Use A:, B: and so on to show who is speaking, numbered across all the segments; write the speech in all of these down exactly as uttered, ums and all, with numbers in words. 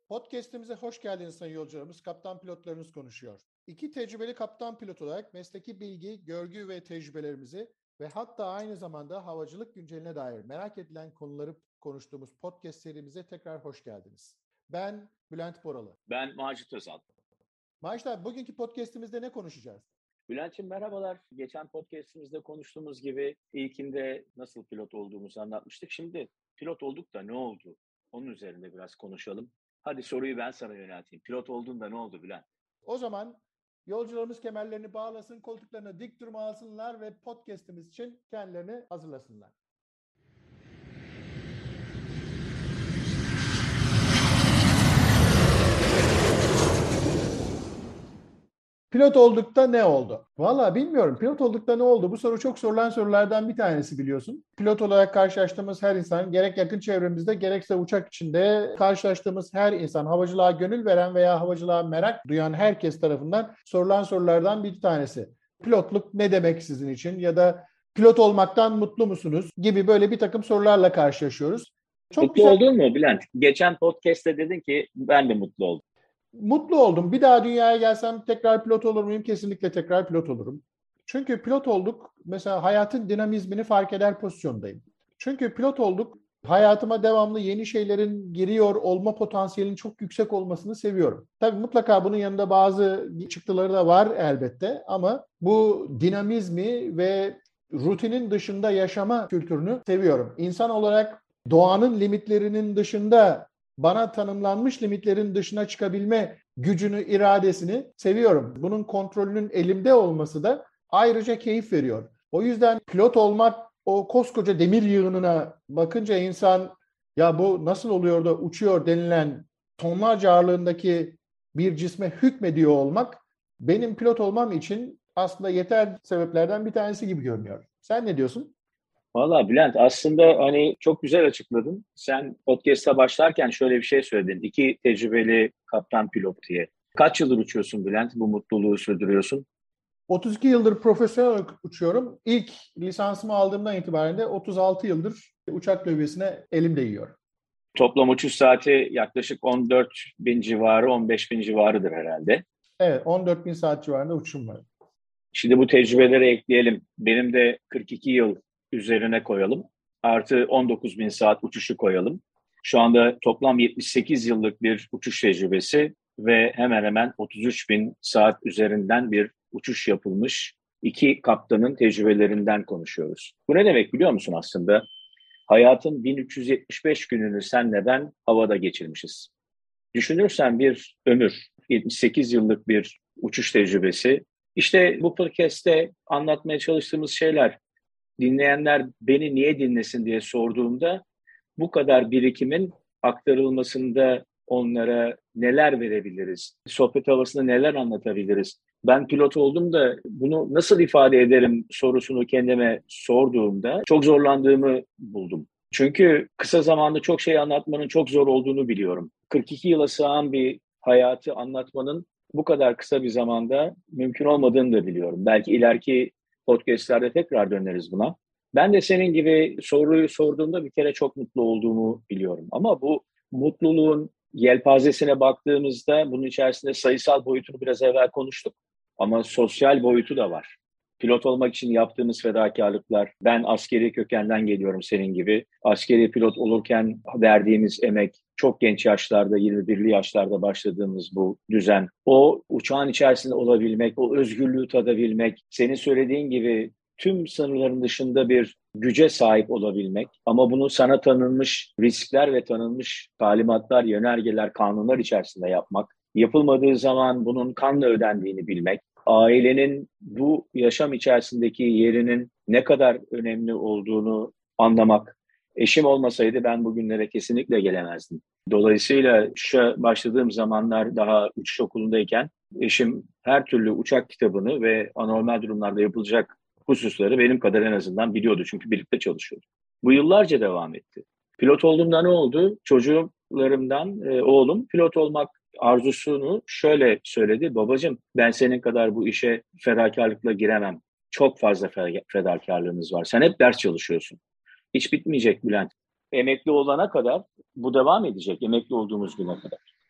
A: Podcast'imize hoş geldiniz sayın yolcularımız. Kaptan pilotlarınız konuşuyor. İki tecrübeli kaptan pilot olarak mesleki bilgi, görgü ve tecrübelerimizi ve hatta aynı zamanda havacılık günceline dair merak edilen konuları konuştuğumuz podcast serimize tekrar hoş geldiniz. Ben Bülent Boralı.
B: Ben Macit Özal.
A: Macit abi, bugünkü podcast'imizde ne konuşacağız?
B: Bülent'ciğim merhabalar. Geçen podcast'imizde konuştuğumuz gibi ilkinde nasıl pilot olduğumuzu anlatmıştık. Şimdi pilot olduk da ne oldu? Onun üzerinde biraz konuşalım. Hadi soruyu ben sana yönelteyim. Pilot oldun da ne oldu Bülent?
A: O zaman yolcularımız kemerlerini bağlasın, koltuklarına dik durma alsınlar ve podcast'imiz için kendilerini hazırlasınlar. Pilot oldukta ne oldu? Vallahi bilmiyorum. Pilot oldukta ne oldu? Bu soru çok sorulan sorulardan bir tanesi, biliyorsun. Pilot olarak karşılaştığımız her insan, gerek yakın çevremizde gerekse uçak içinde karşılaştığımız her insan, havacılığa gönül veren veya havacılığa merak duyan herkes tarafından sorulan sorulardan bir tanesi. Pilotluk ne demek sizin için? Ya da pilot olmaktan mutlu musunuz? Gibi böyle bir takım sorularla karşılaşıyoruz.
B: Çok mutlu güzel... oldun mu Bülent? Geçen podcast'te dedin ki ben de mutlu oldum.
A: Mutlu oldum. Bir daha dünyaya gelsem tekrar pilot olur muyum? Kesinlikle tekrar pilot olurum. Çünkü pilot olduk, mesela hayatın dinamizmini fark eder pozisyondayım. Çünkü pilot olduk, hayatıma devamlı yeni şeylerin giriyor olma potansiyelinin çok yüksek olmasını seviyorum. Tabii mutlaka bunun yanında bazı çıktıları da var elbette, ama bu dinamizmi ve rutinin dışında yaşama kültürünü seviyorum. İnsan olarak doğanın limitlerinin dışında, bana tanımlanmış limitlerin dışına çıkabilme gücünü, iradesini seviyorum. Bunun kontrolünün elimde olması da ayrıca keyif veriyor. O yüzden pilot olmak, o koskoca demir yığınına bakınca insan, ya bu nasıl oluyor da uçuyor denilen tonlarca ağırlığındaki bir cisme hükmediyor olmak, benim pilot olmam için aslında yeter sebeplerden bir tanesi gibi görünüyor. Sen ne diyorsun?
B: Valla Bülent, aslında hani çok güzel açıkladın. Sen podcast'a başlarken şöyle bir şey söyledin. İki tecrübeli kaptan pilot diye. Kaç yıldır uçuyorsun Bülent? Bu mutluluğu sürdürüyorsun.
A: otuz iki yıldır profesyonel uçuyorum. İlk lisansımı aldığımdan itibaren de otuz altı yıldır uçak löviyesine elim değiyor.
B: Toplam uçuş saati yaklaşık on dört bin civarı, on beş bin civarıdır herhalde.
A: Evet, on dört bin saat civarında uçuşum var.
B: Şimdi bu tecrübeleri ekleyelim. Benim de kırk iki yıl üzerine koyalım. Artı on dokuz bin saat uçuşu koyalım. Şu anda toplam yetmiş sekiz yıllık bir uçuş tecrübesi ve hemen hemen otuz üç bin saat üzerinden bir uçuş yapılmış iki kaptanın tecrübelerinden konuşuyoruz. Bu ne demek biliyor musun aslında? Hayatın bin üç yüz yetmiş beş gününü senle ben havada geçirmişiz. Düşünürsen bir ömür, yetmiş sekiz yıllık bir uçuş tecrübesi. İşte bu podcast'te anlatmaya çalıştığımız şeyler, dinleyenler beni niye dinlesin diye sorduğumda bu kadar birikimin aktarılmasında onlara neler verebiliriz? Sohbet havasında neler anlatabiliriz? Ben pilot oldum da bunu nasıl ifade ederim sorusunu kendime sorduğumda çok zorlandığımı buldum. Çünkü kısa zamanda çok şey anlatmanın çok zor olduğunu biliyorum. kırk iki yıla sığan bir hayatı anlatmanın bu kadar kısa bir zamanda mümkün olmadığını da biliyorum. Belki ileriki podcastlerde tekrar döneriz buna. Ben de senin gibi soruyu sorduğumda bir kere çok mutlu olduğumu biliyorum. Ama bu mutluluğun yelpazesine baktığımızda bunun içerisinde sayısal boyutunu biraz evvel konuştuk. Ama sosyal boyutu da var. Pilot olmak için yaptığımız fedakarlıklar, ben askeri kökenden geliyorum senin gibi. Askeri pilot olurken verdiğimiz emek, çok genç yaşlarda, yirmi birli yaşlarda başladığımız bu düzen, o uçağın içerisinde olabilmek, o özgürlüğü tadabilmek, senin söylediğin gibi tüm sınırların dışında bir güce sahip olabilmek ama bunu sana tanınmış riskler ve tanınmış talimatlar, yönergeler, kanunlar içerisinde yapmak, yapılmadığı zaman bunun kanla ödendiğini bilmek, ailenin bu yaşam içerisindeki yerinin ne kadar önemli olduğunu anlamak. Eşim olmasaydı ben bugünlere kesinlikle gelemezdim. Dolayısıyla şu başladığım zamanlar daha uçuş okulundayken eşim her türlü uçak kitabını ve anormal durumlarda yapılacak hususları benim kadar en azından biliyordu. Çünkü birlikte çalışıyorduk. Bu yıllarca devam etti. Pilot olduğumda ne oldu? Çocuklarımdan e, oğlum pilot olmak arzusunu şöyle söyledi. Babacığım, ben senin kadar bu işe fedakarlıkla giremem. Çok fazla fedakarlığınız var. Sen hep ders çalışıyorsun. Hiç bitmeyecek Bülent. Emekli olana kadar bu devam edecek. Emekli olduğumuz güne kadar.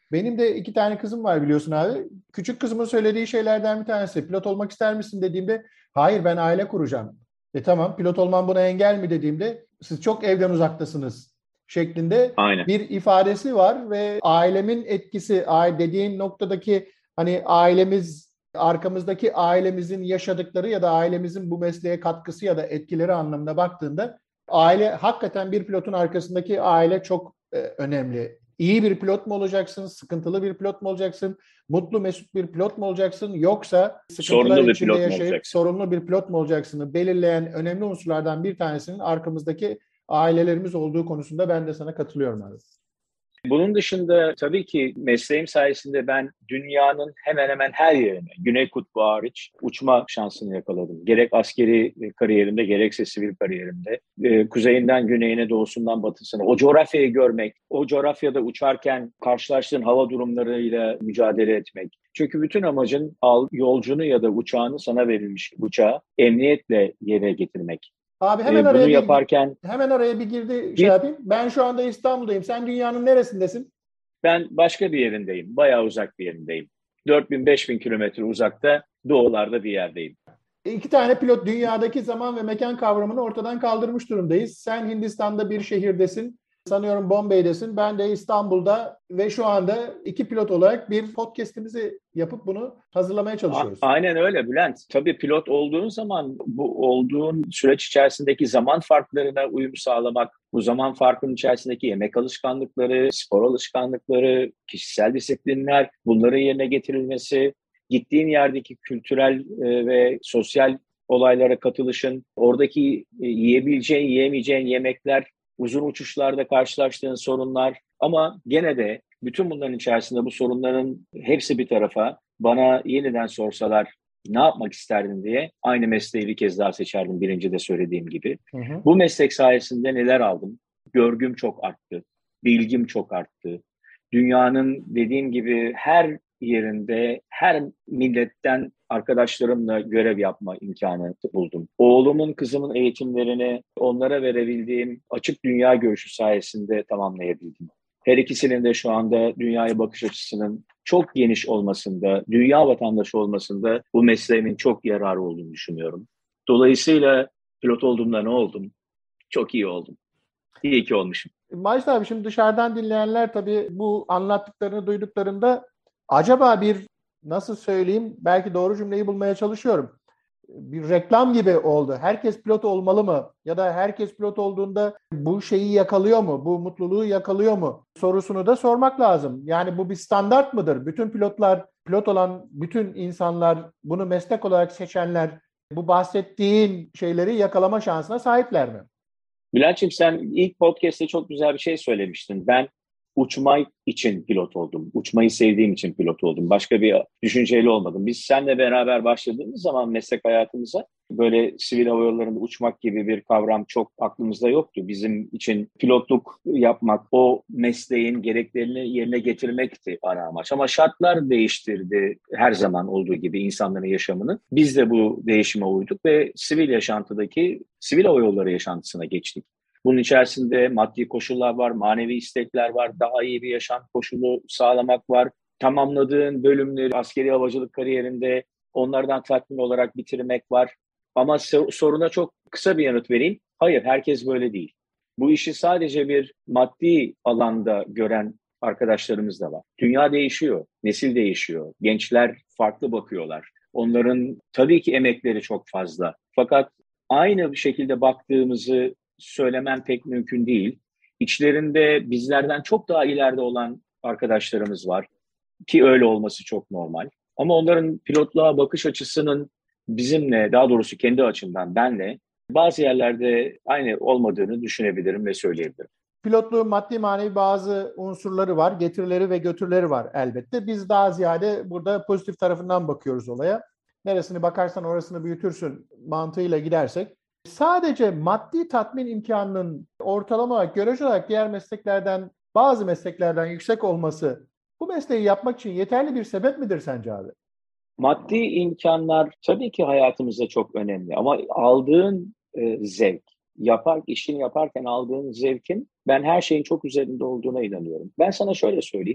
A: Benim de iki tane kızım var biliyorsun abi. Küçük kızımın söylediği şeylerden bir tanesi. Pilot olmak ister misin dediğimde hayır ben aile kuracağım. E tamam pilot olmam buna engel mi dediğimde siz çok evden uzaktasınız şeklinde
B: Aynen.
A: bir ifadesi var ve ailemin etkisi dediğin noktadaki hani ailemiz arkamızdaki ailemizin yaşadıkları ya da ailemizin bu mesleğe katkısı ya da etkileri anlamına baktığında aile hakikaten bir pilotun arkasındaki aile çok e, önemli. İyi bir pilot mu olacaksın? Sıkıntılı bir pilot mu olacaksın? Mutlu mesut bir pilot mu olacaksın? Yoksa sıkıntılar
B: Sorunlu bir
A: içinde
B: pilot mu
A: yaşayıp
B: olacaksın?
A: sorunlu bir pilot mu olacaksını belirleyen önemli unsurlardan bir tanesinin arkamızdaki ailelerimiz olduğu konusunda ben de sana katılıyorum abi.
B: Bunun dışında tabii ki mesleğim sayesinde ben dünyanın hemen hemen her yerine, Güney Kutbu hariç uçma şansını yakaladım. Gerek askeri kariyerimde gerekse sivil kariyerimde. Kuzeyinden güneyine, doğusundan batısına. O coğrafyayı görmek, o coğrafyada uçarken karşılaştığın hava durumlarıyla mücadele etmek. Çünkü bütün amacın yolcunu ya da uçağını sana verilmiş uçağı emniyetle yere getirmek.
A: Abi hemen
B: Bunu
A: araya bir
B: yaparken
A: hemen araya bir girdi şey
B: bir,
A: yapayım. Ben şu anda İstanbul'dayım. Sen dünyanın neresindesin?
B: ben başka bir yerindeyim. Bayağı uzak bir yerindeyim. dört bin beş bin kilometre uzakta doğularda bir yerdeyim.
A: İki tane pilot dünyadaki zaman ve mekan kavramını ortadan kaldırmış durumdayız. Sen Hindistan'da bir şehirdesin. Sanıyorum Bombay'desin. Ben de İstanbul'da ve şu anda iki pilot olarak bir podcast'imizi yapıp bunu hazırlamaya çalışıyoruz.
B: A- aynen öyle Bülent. Tabii pilot olduğun zaman bu olduğun süreç içerisindeki zaman farklarına uyum sağlamak, bu zaman farkının içerisindeki yemek alışkanlıkları, spor alışkanlıkları, kişisel disiplinler, bunların yerine getirilmesi, gittiğin yerdeki kültürel e, ve sosyal olaylara katılışın, oradaki e, yiyebileceğin, yiyemeyeceğin yemekler, uzun uçuşlarda karşılaştığın sorunlar ama gene de bütün bunların içerisinde bu sorunların hepsi bir tarafa bana yeniden sorsalar ne yapmak isterdin diye aynı mesleği bir kez daha seçerdim birinci de söylediğim gibi. Hı hı. Bu meslek sayesinde neler aldım? Görgüm çok arttı, bilgim çok arttı. Dünyanın dediğim gibi her yerinde, her milletten arkadaşlarımla görev yapma imkanı buldum. Oğlumun, kızımın eğitimlerini onlara verebildiğim açık dünya görüşü sayesinde tamamlayabildim. Her ikisinin de şu anda dünyaya bakış açısının çok geniş olmasında, dünya vatandaşı olmasında bu mesleğimin çok yararı olduğunu düşünüyorum. Dolayısıyla pilot olduğumda ne oldum? Çok iyi oldum. İyi ki olmuşum.
A: Macit abi şimdi dışarıdan dinleyenler tabii bu anlattıklarını duyduklarında acaba bir nasıl söyleyeyim belki doğru cümleyi bulmaya çalışıyorum. Bir reklam gibi oldu. Herkes pilot olmalı mı? Ya da herkes pilot olduğunda bu şeyi yakalıyor mu? Bu mutluluğu yakalıyor mu? Sorusunu da sormak lazım. Yani bu bir standart mıdır? Bütün pilotlar, pilot olan bütün insanlar, bunu meslek olarak seçenler bu bahsettiğin şeyleri yakalama şansına sahipler mi?
B: Bülent'ciğim sen ilk podcast'te çok güzel bir şey söylemiştin. Ben uçmak için pilot oldum. Uçmayı sevdiğim için pilot oldum. Başka bir düşünceyle olmadım. Biz seninle beraber başladığımız zaman meslek hayatımıza böyle sivil hava yollarında uçmak gibi bir kavram çok aklımızda yoktu. Bizim için pilotluk yapmak, o mesleğin gereklerini yerine getirmekti ana amaç. Ama şartlar değiştirdi her zaman olduğu gibi insanların yaşamını. Biz de bu değişime uyduk ve sivil yaşantıdaki sivil hava yolları yaşantısına geçtik. Bunun içerisinde maddi koşullar var, manevi istekler var, daha iyi bir yaşam koşulu sağlamak var. Tamamladığın bölümleri askeri havacılık kariyerinde onlardan tatmin olarak bitirmek var. Ama soruna çok kısa bir yanıt vereyim. Hayır, herkes böyle değil. Bu işi sadece bir maddi alanda gören arkadaşlarımız da var. Dünya değişiyor, nesil değişiyor, gençler farklı bakıyorlar. Onların tabii ki emekleri çok fazla. Fakat aynı bir şekilde baktığımızı söylemem pek mümkün değil. İçlerinde bizlerden çok daha ileride olan arkadaşlarımız var ki öyle olması çok normal. Ama onların pilotluğa bakış açısının bizimle, daha doğrusu kendi açımdan benle bazı yerlerde aynı olmadığını düşünebilirim ve söyleyebilirim.
A: Pilotluğun maddi manevi bazı unsurları var, getirileri ve götürleri var elbette. Biz daha ziyade burada pozitif tarafından bakıyoruz olaya. Neresini bakarsan orasını büyütürsün mantığıyla gidersek. Sadece maddi tatmin imkanının ortalama olarak, göreceli olarak diğer mesleklerden, bazı mesleklerden yüksek olması bu mesleği yapmak için yeterli bir sebep midir sence abi?
B: Maddi imkanlar tabii ki hayatımızda çok önemli ama aldığın e, zevk, yapar, işini yaparken aldığın zevkin ben her şeyin çok üzerinde olduğuna inanıyorum. Ben sana şöyle söyleyeyim.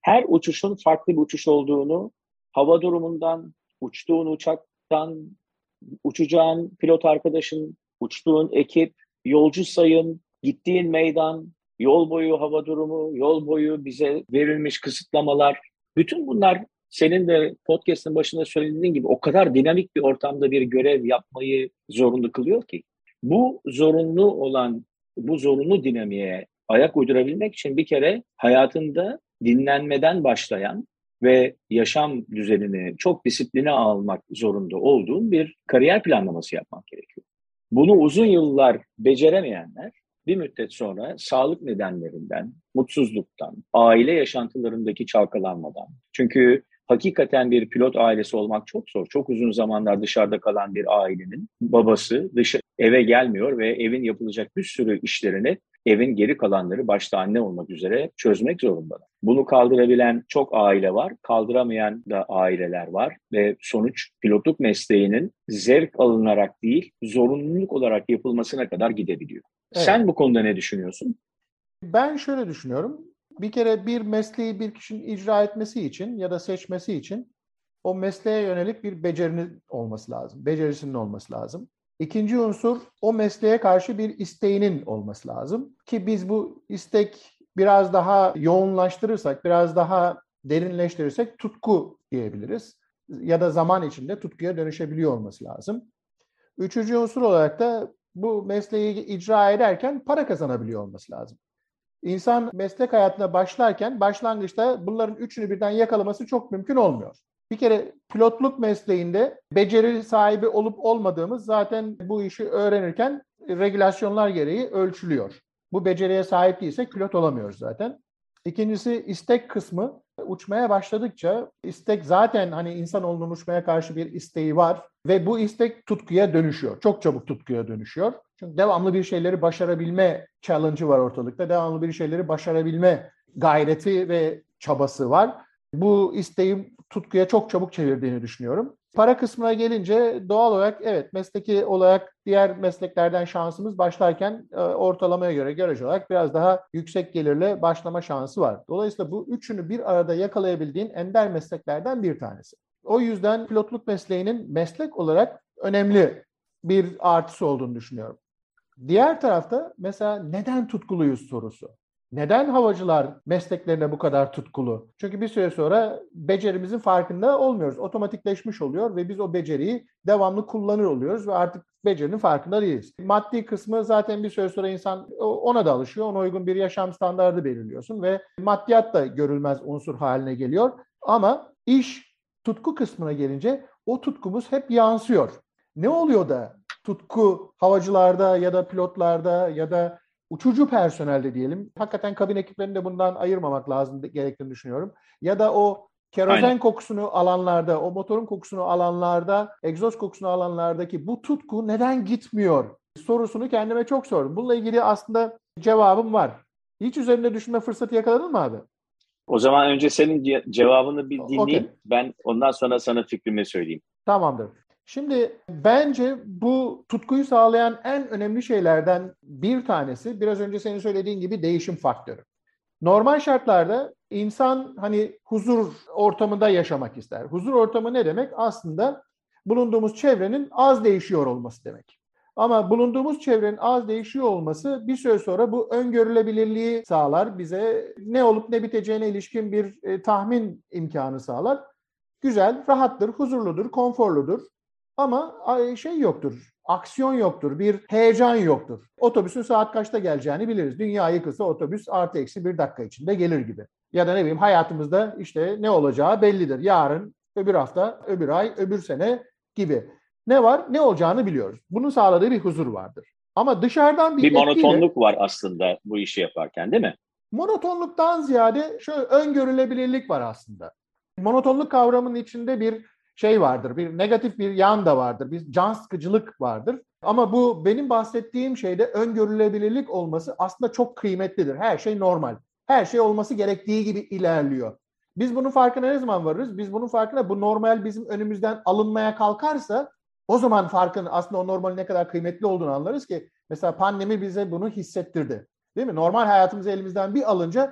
B: Her uçuşun farklı bir uçuş olduğunu, hava durumundan, uçtuğun uçaktan, uçacağın pilot arkadaşın, uçtuğun ekip, yolcu sayın, gittiğin meydan, yol boyu hava durumu, yol boyu bize verilmiş kısıtlamalar, bütün bunlar senin de podcast'ın başında söylediğin gibi o kadar dinamik bir ortamda bir görev yapmayı zorunlu kılıyor ki. Bu zorunlu olan, bu zorunlu dinamiğe ayak uydurabilmek için bir kere hayatında dinlenmeden başlayan ve yaşam düzenini çok disipline almak zorunda olduğun bir kariyer planlaması yapmak gerekiyor. Bunu uzun yıllar beceremeyenler bir müddet sonra sağlık nedenlerinden, mutsuzluktan, aile yaşantılarındaki çalkalanmadan. Çünkü hakikaten bir pilot ailesi olmak çok zor. Çok uzun zamanlar dışarıda kalan bir ailenin babası dışı eve gelmiyor ve evin yapılacak bir sürü işlerini evin geri kalanları başta anne olmak üzere çözmek zorundalar. Bunu kaldırabilen çok aile var, kaldıramayan da aileler var ve sonuç pilotluk mesleğinin zevk alınarak değil, zorunluluk olarak yapılmasına kadar gidebiliyor.
A: Evet.
B: Sen bu konuda ne düşünüyorsun?
A: Ben şöyle düşünüyorum. Bir kere bir mesleği bir kişinin icra etmesi için ya da seçmesi için o mesleğe yönelik bir becerinin olması lazım. Becerisinin olması lazım. İkinci unsur o mesleğe karşı bir isteğinin olması lazım. Ki biz bu istek biraz daha yoğunlaştırırsak, biraz daha derinleştirirsek tutku diyebiliriz. Ya da zaman içinde tutkuya dönüşebiliyor olması lazım. Üçüncü unsur olarak da bu mesleği icra ederken para kazanabiliyor olması lazım. İnsan meslek hayatına başlarken başlangıçta bunların üçünü birden yakalaması çok mümkün olmuyor. Bir kere pilotluk mesleğinde beceri sahibi olup olmadığımız zaten bu işi öğrenirken regülasyonlar gereği ölçülüyor. Bu beceriye sahip değilsek pilot olamıyoruz zaten. İkincisi istek kısmı. Uçmaya başladıkça istek zaten hani insanoğlunun uçmaya karşı bir isteği var ve bu istek tutkuya dönüşüyor. Çok çabuk tutkuya dönüşüyor. Çünkü devamlı bir şeyleri başarabilme challenge'ı var ortalıkta. Devamlı bir şeyleri başarabilme gayreti ve çabası var. Bu isteği tutkuya çok çabuk çevirdiğini düşünüyorum. Para kısmına gelince doğal olarak evet mesleki olarak diğer mesleklerden şansımız başlarken ortalamaya göre görece olarak biraz daha yüksek gelirle başlama şansı var. Dolayısıyla bu üçünü bir arada yakalayabildiğin ender mesleklerden bir tanesi. O yüzden pilotluk mesleğinin meslek olarak önemli bir artısı olduğunu düşünüyorum. Diğer tarafta mesela neden tutkuluyuz sorusu. Neden havacılar mesleklerine bu kadar tutkulu? Çünkü bir süre sonra becerimizin farkında olmuyoruz. Otomatikleşmiş oluyor ve biz o beceriyi devamlı kullanır oluyoruz ve artık becerinin farkında değiliz. Maddi kısmı zaten bir süre sonra insan ona da alışıyor. Ona uygun bir yaşam standardı belirliyorsun ve maddiyat da görülmez unsur haline geliyor. Ama iş tutku kısmına gelince o tutkumuz hep yansıyor. Ne oluyor da tutku havacılarda ya da pilotlarda ya da uçucu personelde diyelim. Hakikaten kabin ekiplerini de bundan ayırmamak lazım gerektiğini düşünüyorum. Ya da o kerozen Aynen. kokusunu alanlarda, o motorun kokusunu alanlarda, egzoz kokusunu alanlardaki bu tutku neden gitmiyor sorusunu kendime çok sordum. Bununla ilgili aslında cevabım var. Hiç üzerinde düşünme fırsatı yakaladın mı abi?
B: O zaman önce senin ce- cevabını bir dinleyeyim. Okay. Ben ondan sonra sana fikrimi söyleyeyim.
A: Tamamdır. Şimdi bence bu tutkuyu sağlayan en önemli şeylerden bir tanesi biraz önce senin söylediğin gibi değişim faktörü. Normal şartlarda insan hani huzur ortamında yaşamak ister. Huzur ortamı ne demek? Aslında bulunduğumuz çevrenin az değişiyor olması demek. Ama bulunduğumuz çevrenin az değişiyor olması bir süre sonra bu öngörülebilirliği sağlar. Bize ne olup ne biteceğine ilişkin bir e, tahmin imkanı sağlar. Güzel, rahattır, huzurludur, konforludur. Ama şey yoktur, aksiyon yoktur, bir heyecan yoktur. Otobüsün saat kaçta geleceğini biliriz. Dünya yıkılsa otobüs artı eksi bir dakika içinde gelir gibi. Ya da ne bileyim hayatımızda işte ne olacağı bellidir. Yarın, öbür hafta, öbür ay, öbür sene gibi. Ne var? Ne olacağını biliyoruz. Bunun sağladığı bir huzur vardır. Ama dışarıdan bir
B: Bir monotonluk
A: etkiyle,
B: var aslında bu işi yaparken değil mi?
A: Monotonluktan ziyade şöyle öngörülebilirlik var aslında. Monotonluk kavramının içinde bir şey vardır, bir negatif bir yan da vardır, bir can sıkıcılık vardır. Ama bu benim bahsettiğim şeyde öngörülebilirlik olması aslında çok kıymetlidir. Her şey normal. Her şey olması gerektiği gibi ilerliyor. Biz bunun farkına ne zaman varırız? Biz bunun farkına bu normal bizim önümüzden alınmaya kalkarsa o zaman farkın aslında o normalin ne kadar kıymetli olduğunu anlarız ki mesela pandemi bize bunu hissettirdi. Değil mi? Normal hayatımızı elimizden bir alınca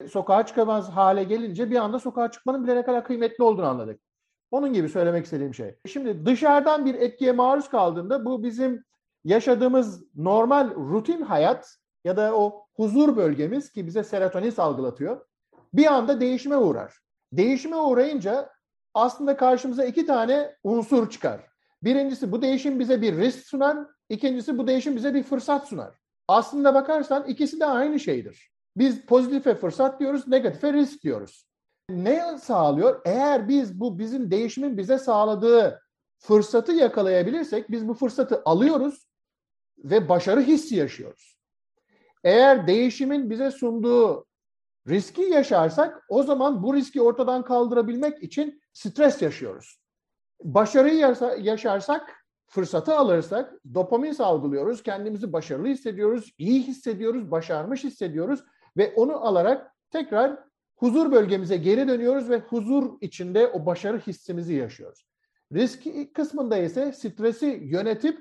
A: sokağa çıkamaz hale gelince bir anda sokağa çıkmanın bile ne kadar kıymetli olduğunu anladık. Onun gibi söylemek istediğim şey. Şimdi dışarıdan bir etkiye maruz kaldığında bu bizim yaşadığımız normal rutin hayat ya da o huzur bölgemiz ki bize serotonin salgılatıyor, bir anda değişime uğrar. Değişime uğrayınca aslında karşımıza iki tane unsur çıkar. Birincisi bu değişim bize bir risk sunar, ikincisi bu değişim bize bir fırsat sunar. Aslında bakarsan ikisi de aynı şeydir. Biz pozitife fırsat diyoruz, negatife risk diyoruz. Ne sağlıyor? Eğer biz bu bizim değişimin bize sağladığı fırsatı yakalayabilirsek biz bu fırsatı alıyoruz ve başarı hissi yaşıyoruz. Eğer değişimin bize sunduğu riski yaşarsak o zaman bu riski ortadan kaldırabilmek için stres yaşıyoruz. Başarıyı yaşarsak, fırsatı alırsak dopamin salgılıyoruz, kendimizi başarılı hissediyoruz, iyi hissediyoruz, başarmış hissediyoruz ve onu alarak tekrar huzur bölgemize geri dönüyoruz ve huzur içinde o başarı hissimizi yaşıyoruz. Risk kısmında ise stresi yönetip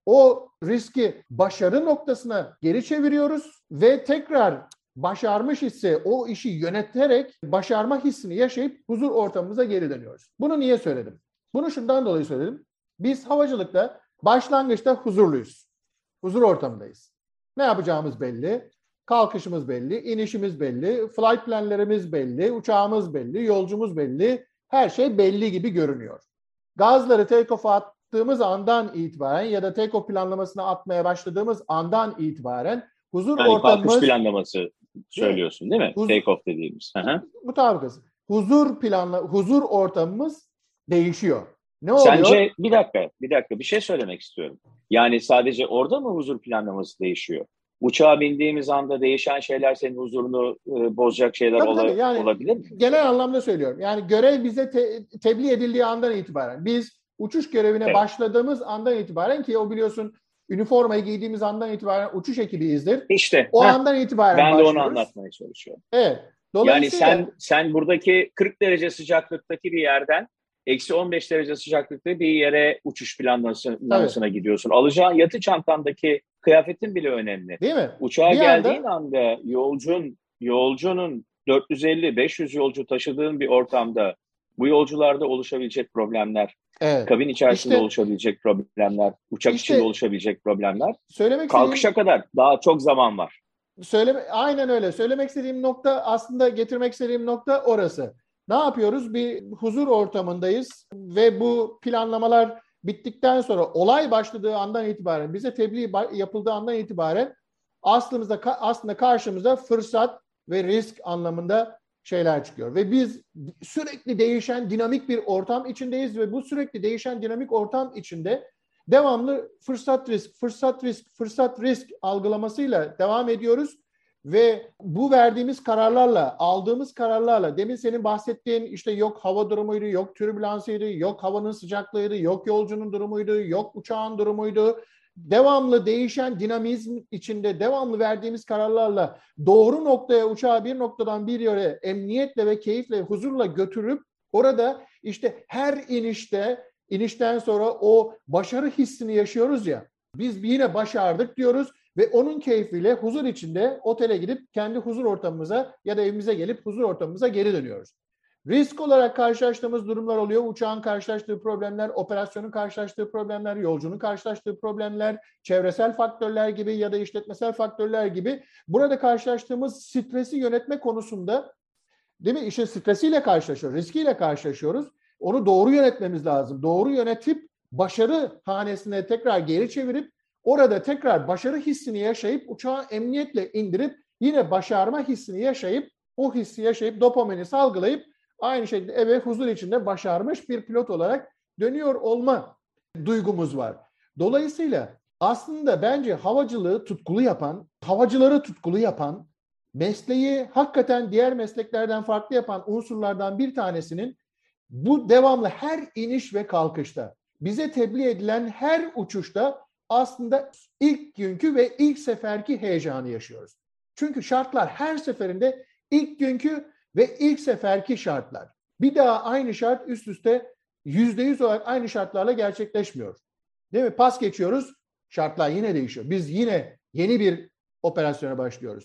A: o riski başarı noktasına geri çeviriyoruz ve tekrar başarmış hissi, o işi yöneterek başarma hissini yaşayıp huzur ortamımıza geri dönüyoruz. Bunu niye söyledim? Bunu şundan dolayı söyledim. Biz havacılıkta başlangıçta huzurluyuz. Huzur ortamındayız. Ne yapacağımız belli. Kalkışımız belli, inişimiz belli, flight planlarımız belli, uçağımız belli, yolcumuz belli. Her şey belli gibi görünüyor. Gazları take-off attığımız andan itibaren ya da take-off planlamasını atmaya başladığımız andan itibaren huzur
B: yani
A: ortamımız...
B: kalkış planlaması söylüyorsun değil mi?
A: Huzur,
B: take-off dediğimiz.
A: Mutabıkız. Huzur planla, huzur ortamımız değişiyor. Ne oluyor?
B: Sence bir dakika, bir dakika bir şey söylemek istiyorum. Yani sadece orada mı huzur planlaması değişiyor? Uçağa bindiğimiz anda değişen şeyler senin huzurunu e, bozacak şeyler
A: tabii,
B: ola,
A: tabii. Yani,
B: olabilir mi?
A: Genel anlamda söylüyorum. Yani görev bize te, tebliğ edildiği andan itibaren, biz uçuş görevine evet. başladığımız andan itibaren ki o biliyorsun üniformayı giydiğimiz andan itibaren uçuş ekibiyizdir.
B: İşte.
A: O
B: heh,
A: andan itibaren
B: ben
A: başlıyoruz.
B: de onu anlatmaya çalışıyorum.
A: Evet.
B: Dolayısıyla... Yani sen sen buradaki kırk derece sıcaklıktaki bir yerden eksi on beş derece sıcaklıkta bir yere uçuş planlamasına gidiyorsun. Alacağın yatı çantandaki kıyafetin bile önemli.
A: Değil mi?
B: Uçağa
A: bir
B: geldiğin
A: anda...
B: anda yolcun, yolcunun dört yüz elli beş yüz yolcu taşıdığın bir ortamda bu yolcularda oluşabilecek problemler, evet. kabin içerisinde işte, oluşabilecek problemler, uçak işte, içinde oluşabilecek problemler, söylemek kalkışa istediğim... kadar daha çok zaman var.
A: Söyleme, aynen öyle. Söylemek istediğim nokta aslında getirmek istediğim nokta orası. Ne yapıyoruz? Bir huzur ortamındayız ve bu planlamalar bittikten sonra olay başladığı andan itibaren bize tebliğ yapıldığı andan itibaren aslımızda aslında karşımıza fırsat ve risk anlamında şeyler çıkıyor ve biz sürekli değişen dinamik bir ortam içindeyiz ve bu sürekli değişen dinamik ortam içinde devamlı fırsat risk fırsat risk fırsat risk algılamasıyla devam ediyoruz. Ve bu verdiğimiz kararlarla, aldığımız kararlarla, demin senin bahsettiğin işte yok hava durumuydu, yok türbülansıydı, yok havanın sıcaklığıydı, yok yolcunun durumuydu, yok uçağın durumuydu. Devamlı değişen dinamizm içinde devamlı verdiğimiz kararlarla doğru noktaya uçağı bir noktadan bir yere emniyetle ve keyifle, huzurla götürüp orada işte her inişte, inişten sonra o başarı hissini yaşıyoruz ya. Biz yine başardık diyoruz. Ve onun keyfiyle huzur içinde otele gidip kendi huzur ortamımıza ya da evimize gelip huzur ortamımıza geri dönüyoruz. Risk olarak karşılaştığımız durumlar oluyor. Uçağın karşılaştığı problemler, operasyonun karşılaştığı problemler, yolcunun karşılaştığı problemler, çevresel faktörler gibi ya da işletmesel faktörler gibi. Burada karşılaştığımız stresi yönetme konusunda değil mi? İşin stresiyle karşılaşıyoruz, riskiyle karşılaşıyoruz. Onu doğru yönetmemiz lazım. Doğru yönetip başarı hanesine tekrar geri çevirip orada tekrar başarı hissini yaşayıp uçağı emniyetle indirip yine başarma hissini yaşayıp o hissi yaşayıp dopamini salgılayıp aynı şekilde eve huzur içinde başarmış bir pilot olarak dönüyor olma duygumuz var. Dolayısıyla aslında bence havacılığı tutkulu yapan, havacıları tutkulu yapan, mesleği hakikaten diğer mesleklerden farklı yapan unsurlardan bir tanesinin bu devamlı her iniş ve kalkışta, bize tebliğ edilen her uçuşta aslında ilk günkü ve ilk seferki heyecanı yaşıyoruz. Çünkü şartlar her seferinde ilk günkü ve ilk seferki şartlar. Bir daha aynı şart üst üste yüzde yüz olarak aynı şartlarla gerçekleşmiyor. Değil mi? Pas geçiyoruz, şartlar yine değişiyor. Biz yine yeni bir operasyona başlıyoruz.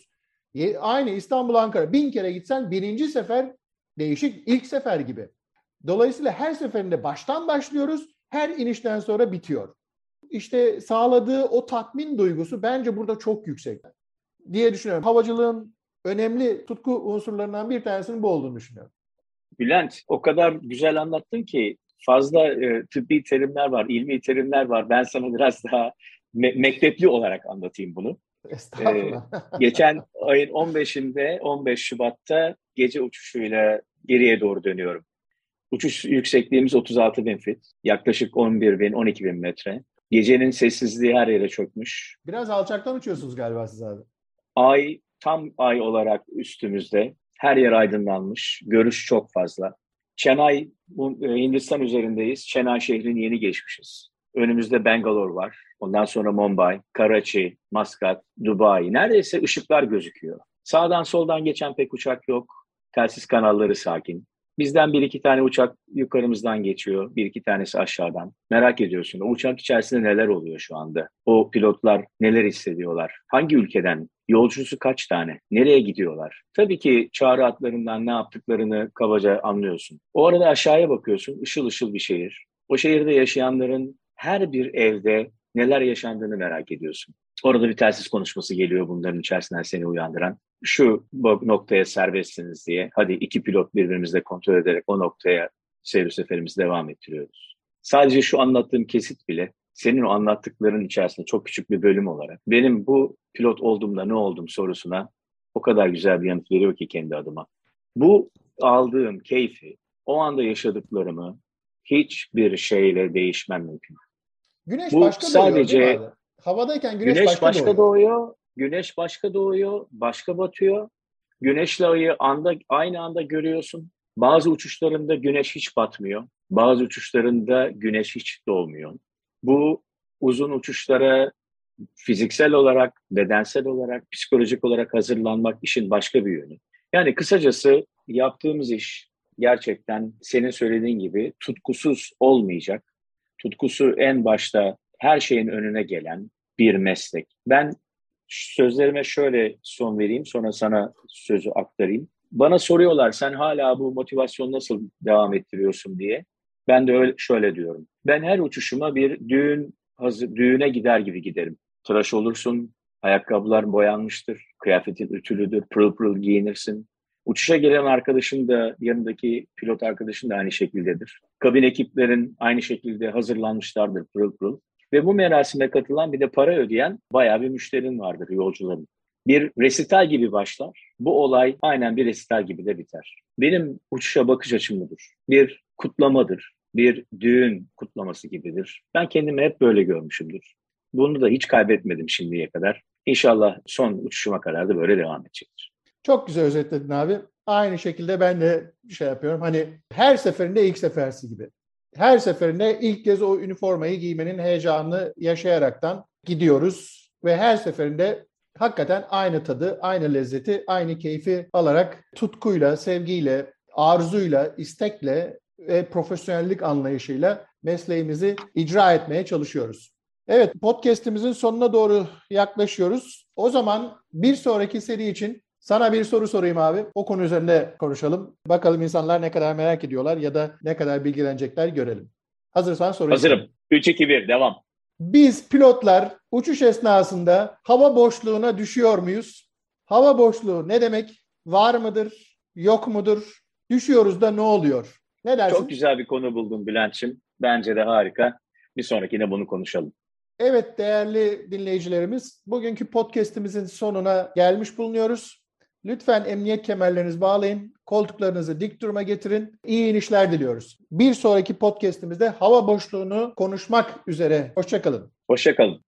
A: Aynı İstanbul Ankara bin kere gitsen birinci sefer değişik, ilk sefer gibi. Dolayısıyla her seferinde baştan başlıyoruz, her inişten sonra bitiyor. İşte sağladığı o tatmin duygusu bence burada çok yüksek diye düşünüyorum. Havacılığın önemli tutku unsurlarından bir tanesinin bu olduğunu düşünüyorum.
B: Bülent, o kadar güzel anlattın ki fazla e, tıbbi terimler var, ilmi terimler var. Ben sana biraz daha me- mektepli olarak anlatayım bunu.
A: Estağfurullah.
B: Ee, geçen ayın on beşinde, on beş Şubat'ta gece uçuşuyla geriye doğru dönüyorum. Uçuş yüksekliğimiz otuz altı bin fit. Yaklaşık on bir bin, on iki bin metre. Gecenin sessizliği her yere çökmüş.
A: Biraz alçaktan uçuyorsunuz galiba siz abi.
B: Ay, tam ay olarak üstümüzde. Her yer aydınlanmış. Görüş çok fazla. Chennai, Hindistan üzerindeyiz. Chennai şehrini yeni geçmişiz. Önümüzde Bangalore var. Ondan sonra Mumbai, Karachi, Muscat, Dubai. Neredeyse ışıklar gözüküyor. Sağdan soldan geçen pek uçak yok. Telsiz kanalları sakin. Bizden bir iki tane uçak yukarımızdan geçiyor. Bir iki tanesi aşağıdan. Merak ediyorsun. O uçak içerisinde neler oluyor şu anda? O pilotlar neler hissediyorlar? Hangi ülkeden? Yolcusu kaç tane? Nereye gidiyorlar? Tabii ki çağrı hatlarından ne yaptıklarını kabaca anlıyorsun. O arada aşağıya bakıyorsun. Işıl ışıl bir şehir. O şehirde yaşayanların her bir evde neler yaşandığını merak ediyorsun. Orada bir telsiz konuşması geliyor bunların içerisinden seni uyandıran. Şu noktaya serbestsiniz diye. Hadi iki pilot birbirimizle kontrol ederek o noktaya seyir seferimizi devam ettiriyoruz. Sadece şu anlattığım kesit bile senin o anlattıkların içerisinde çok küçük bir bölüm olarak benim bu pilot olduğumda ne oldum sorusuna o kadar güzel bir yanıt veriyor ki kendi adıma. Bu aldığım keyfi, o anda yaşadıklarımı hiçbir şeyle değişmem mümkün.
A: Güneş
B: Bu
A: başka
B: sadece,
A: doğuyor değil mi abi? Havadayken güneş,
B: güneş
A: başka,
B: başka
A: doğuyor.
B: doğuyor, güneş başka doğuyor, başka batıyor. Güneşle ayı anda, aynı anda görüyorsun. Bazı uçuşlarında güneş hiç batmıyor. Bazı uçuşlarında güneş hiç doğmuyor. Bu uzun uçuşlara fiziksel olarak, bedensel olarak, psikolojik olarak hazırlanmak işin başka bir yönü. Yani kısacası yaptığımız iş gerçekten senin söylediğin gibi tutkusuz olmayacak. Tutkusu en başta her şeyin önüne gelen bir meslek. Ben sözlerime şöyle son vereyim, sonra sana sözü aktarayım. Bana soruyorlar sen hala bu motivasyonu nasıl devam ettiriyorsun diye. Ben de öyle şöyle diyorum. Ben her uçuşuma bir düğün hazır, düğüne gider gibi giderim. Tıraş olursun, ayakkabılar boyanmıştır, kıyafetin ütülüdür, pırıl pırıl giyinirsin. Uçuşa gelen arkadaşın da yanındaki pilot arkadaşın da aynı şekildedir. Kabin ekiplerin aynı şekilde hazırlanmışlardır pırıl pırıl. Ve bu merasime katılan bir de para ödeyen bayağı bir müşterin vardır yolcuların. Bir resital gibi başlar. Bu olay aynen bir resital gibi de biter. Benim uçuşa bakış açım budur. Bir kutlamadır. Bir düğün kutlaması gibidir. Ben kendimi hep böyle görmüşümdür. Bunu da hiç kaybetmedim şimdiye kadar. İnşallah son uçuşuma kadar da böyle devam edecektir.
A: Çok güzel özetledin abi. Aynı şekilde ben de şey yapıyorum. Hani her seferinde ilk sefersi gibi. Her seferinde ilk kez o üniformayı giymenin heyecanını yaşayaraktan gidiyoruz. Ve her seferinde hakikaten aynı tadı, aynı lezzeti, aynı keyfi alarak tutkuyla, sevgiyle, arzuyla, istekle ve profesyonellik anlayışıyla mesleğimizi icra etmeye çalışıyoruz. Evet, podcast'imizin sonuna doğru yaklaşıyoruz. O zaman bir sonraki seri için sana bir soru sorayım abi. O konu üzerinde konuşalım. Bakalım insanlar ne kadar merak ediyorlar ya da ne kadar bilgilenecekler görelim. Hazırsan soruyu
B: Hazırım.
A: sorayım.
B: üç iki bir devam.
A: Biz pilotlar uçuş esnasında hava boşluğuna düşüyor muyuz? Hava boşluğu ne demek? Var mıdır? Yok mudur? Düşüyoruz da ne oluyor? Ne dersin?
B: Çok güzel bir konu buldun Bülent'ciğim. Bence de harika. Bir sonrakine bunu konuşalım.
A: Evet değerli dinleyicilerimiz, bugünkü podcast'imizin sonuna gelmiş bulunuyoruz. Lütfen emniyet kemerlerinizi bağlayın, koltuklarınızı dik duruma getirin. İyi inişler diliyoruz. Bir sonraki podcast'imizde hava boşluğunu konuşmak üzere. Hoşça kalın.
B: Hoşça kalın.